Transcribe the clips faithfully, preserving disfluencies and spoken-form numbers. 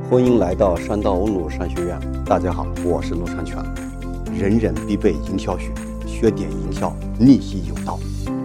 欢迎来到山道欧鲁商学院。大家好，我是陆长全。人人必备营销学，学点营销，逆袭有道。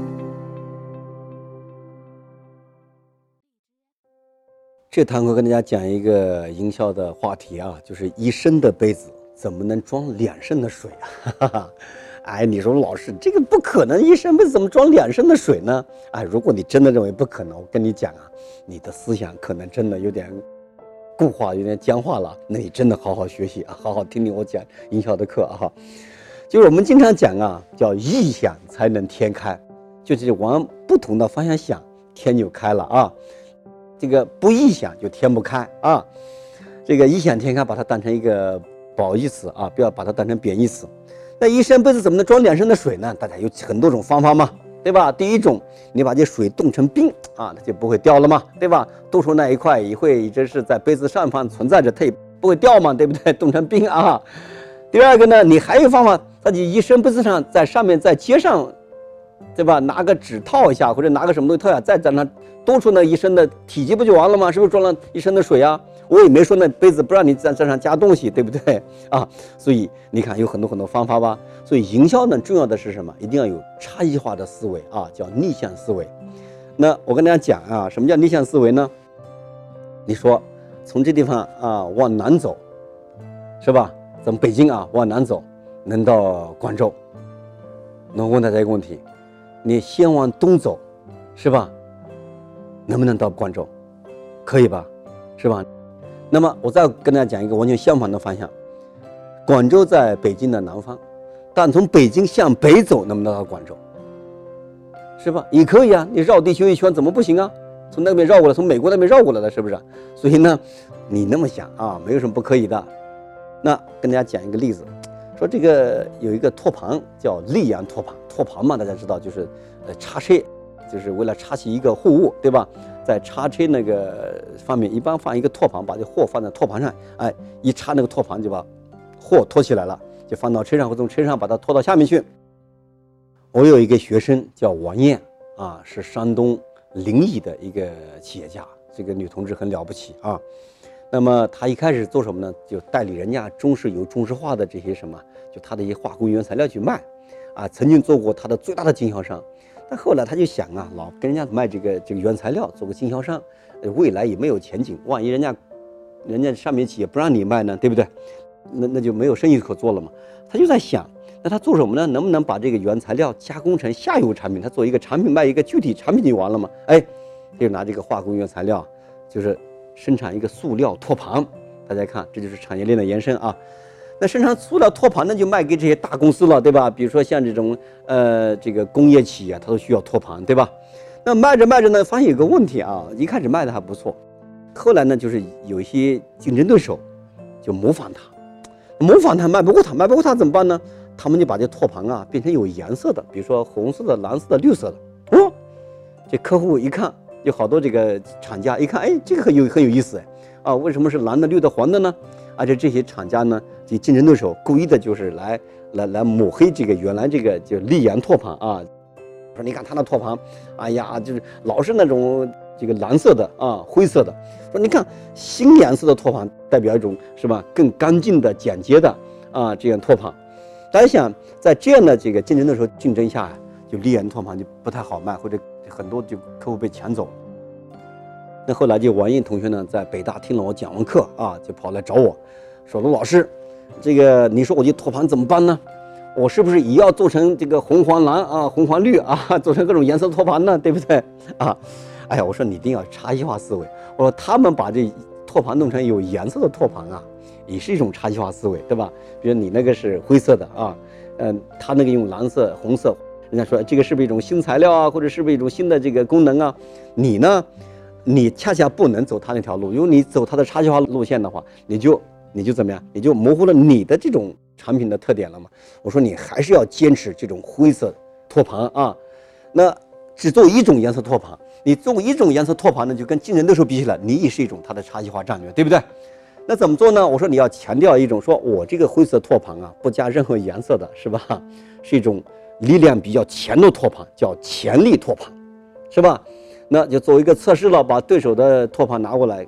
这堂课跟大家讲一个营销的话题啊，就是一升的杯子怎么能装两升的水啊？哎，你说老师，这个不可能，一升杯子怎么装两升的水呢？哎，如果你真的认为不可能，我跟你讲啊，你的思想可能真的有点固化，有点僵化了。那你真的好好学习啊，好好听听我讲营销的课啊。就是我们经常讲啊，叫异想才能天开，就是往不同的方向想，天就开了啊。这个不异想就天不开啊。这个异想天开，把它当成一个褒义词啊，不要把它当成贬义词。那一升杯子怎么能装两升的水呢？大家有很多种方法嘛，对吧？第一种，你把这水冻成冰啊，它就不会掉了嘛，对吧？冻出那一块也会一直是在杯子上方存在着，它也不会掉嘛，对不对？冻成冰啊。第二个呢，你还有方法，在你一升杯子上，在上面再接上，对吧？拿个纸套一下，或者拿个什么东西套一下，再在那多出那一升的体积不就完了吗？是不是装了一升的水啊？我也没说那杯子不让你在这上加东西，对不对啊？所以你看有很多很多方法吧。所以营销呢，重要的是什么？一定要有差异化的思维啊，叫逆向思维。那我跟大家讲啊，什么叫逆向思维呢？你说从这地方啊往南走，是吧？从北京啊往南走，能到广州。那我问大家一个问题：你先往东走，是吧？能不能到广州？可以吧？是吧？那么我再跟大家讲一个完全相反的方向，广州在北京的南方，但从北京向北走能不能到广州？是吧？也可以啊，你绕地球一圈怎么不行啊？从那边绕过来，从美国那边绕过来的，是不是？所以呢，你那么想啊，没有什么不可以的。那跟大家讲一个例子，说这个有一个托盘叫溧阳托盘，托盘嘛，大家知道就是呃叉车，就是为了插起一个货物，对吧？在叉车那个方面，一般放一个托盘，把这货放在托盘上，哎，一插那个托盘就把货拖起来了，就放到车上，或从车上把它拖到下面去。我有一个学生叫王艳啊，是山东临沂的一个企业家，这个女同志很了不起啊。那么她一开始做什么呢？就代理人家中石油、中石化的这些什么，就她的一些化工原材料去卖，啊，曾经做过她的最大的经销商。但后来他就想啊，老跟人家卖这个这个原材料，做个经销商，未来也没有前景。万一人家人家上面企业不让你卖呢，对不对？那那就没有生意可做了嘛。他就在想，那他做什么呢？能不能把这个原材料加工成下游产品？他做一个产品，卖一个具体产品就完了嘛？哎，就拿这个化工原材料，就是生产一个塑料托盘。大家看，这就是产业链的延伸啊。那生产塑料托盘呢，就卖给这些大公司了，对吧？比如说像这种呃这个工业企业，它都需要托盘，对吧？那卖着卖着呢，发现有个问题啊，一开始卖的还不错，后来呢，就是有一些竞争对手就模仿它，模仿它卖不过它，卖不过它怎么办呢？他们就把这托盘啊变成有颜色的，比如说红色的、蓝色的、绿色的。哦，这客户一看，有好多这个厂家一看，哎，这个很有很有意思哎，啊，为什么是蓝的、绿的、黄的呢？而且这些厂家呢，这竞争对手故意的就是来来来抹黑这个原来这个就溧阳托盘啊，说你看他那托盘，哎呀，就是老是那种这个蓝色的啊、灰色的，说你看新颜色的托盘代表一种是吧更干净的、简洁的啊这样托盘。大家想在这样的这个竞争对手竞争下，就溧阳托盘就不太好卖，或者很多就客户被抢走。那后来就王艳同学呢，在北大听了我讲完课啊，就跑来找我，说卢老师，这个你说我这托盘怎么办呢？我是不是也要做成这个红黄蓝啊、红黄绿啊，做成各种颜色的托盘呢？对不对啊？哎呀，我说你一定要差异化思维。我说他们把这托盘弄成有颜色的托盘啊，也是一种差异化思维，对吧？比如你那个是灰色的啊，嗯，他那个用蓝色、红色，人家说这个是不是一种新材料啊，或者是不是一种新的这个功能啊？你呢？你恰恰不能走他那条路，如果你走他的差异化路线的话，你就你就怎么样？你就模糊了你的这种产品的特点了嘛。我说你还是要坚持这种灰色托盘啊，那只做一种颜色托盘，你做一种颜色托盘呢，就跟竞争对手比起来，你也是一种它的差异化战略，对不对？那怎么做呢？我说你要强调一种，说我这个灰色托盘啊，不加任何颜色的，是吧？是一种力量比较强的托盘，叫潜力托盘，是吧？那就作为一个测试了，把对手的托盘拿过来，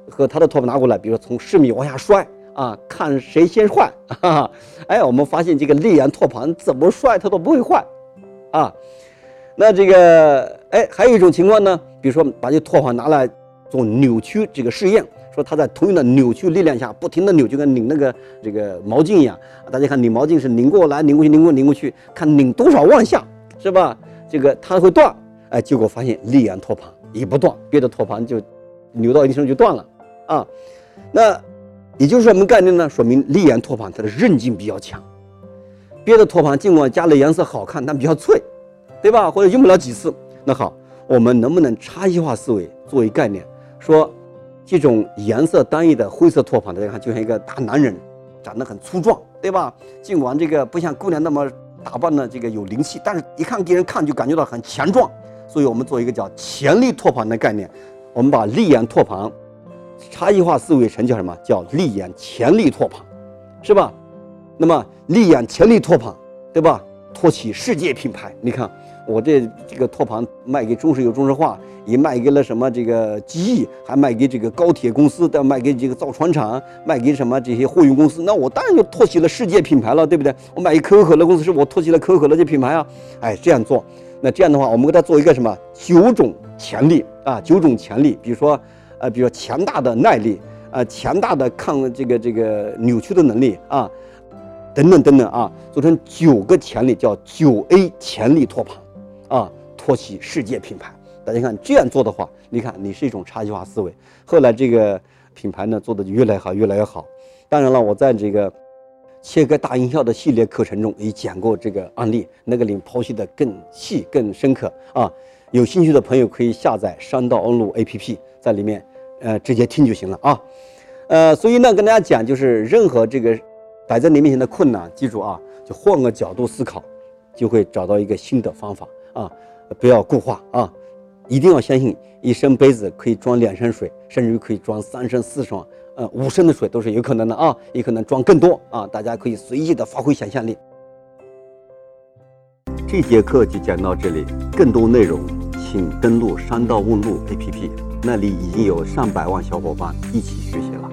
和他的托盘拿过来，比如说从十米往下摔啊，看谁先坏。哈哈，哎，我们发现这个立眼托盘怎么摔它都不会坏啊。那这个哎，还有一种情况呢，比如说把这托盘拿来做扭曲这个试验，说它在同样的扭曲力量下不停的扭，就跟拧那个这个毛巾一样。大家看拧毛巾是拧过来拧过去拧过拧过去，看拧多少万下是吧？这个它会断，哎，结果发现立眼托盘也不断，别的托盘就扭到一定程度就断了啊。那也就是什么概念呢？说明立眼托盘它的韧劲比较强，别的托盘尽管加了颜色好看，但比较脆，对吧？或者用不了几次。那好，我们能不能差异化思维作为概念，说这种颜色单一的灰色托盘，大家看就像一个大男人，长得很粗壮，对吧？尽管这个不像姑娘那么打扮的这个有灵气，但是一看给人看就感觉到很强壮。所以我们做一个叫潜力托盘的概念，我们把立眼托盘差异化思维成叫什么？叫立眼潜力托盘，是吧？那么立眼潜力托盘，对吧？托起世界品牌。你看我这这个托盘卖给中石油、中石化，也卖给了什么这个机翼，还卖给这个高铁公司，再卖给这个造船厂，卖给什么这些货运公司。那我当然就托起了世界品牌了，对不对？我买给可口可乐公司，是我托起了可口可乐这品牌啊。哎，这样做，那这样的话，我们给它做一个什么九种潜力啊？九种潜力，比如说呃，比如说强大的耐力啊、呃，强大的抗这个这个扭曲的能力啊。等等等等啊，做成九个潜力，叫九 A 潜力托盘啊，托起世界品牌。大家看这样做的话，你看你是一种差异化思维。后来这个品牌呢做的就越来越好，越来越好。当然了，我在这个切割大营销的系列课程中也讲过这个案例，那个里面剖析的更细、更深刻啊。有兴趣的朋友可以下载商道欧路 A P P， 在里面呃直接听就行了啊。呃，所以呢，跟大家讲，就是任何这个摆在你面前的困难，记住啊，就换个角度思考，就会找到一个新的方法啊！不要固化啊！一定要相信，一升杯子可以装两升水，甚至于可以装三升、四升、呃五升的水都是有可能的啊！也可能装更多啊！大家可以随意的发挥想象力。这节课就讲到这里，更多内容请登录商道问路 A P P， 那里已经有上百万小伙伴一起学习了。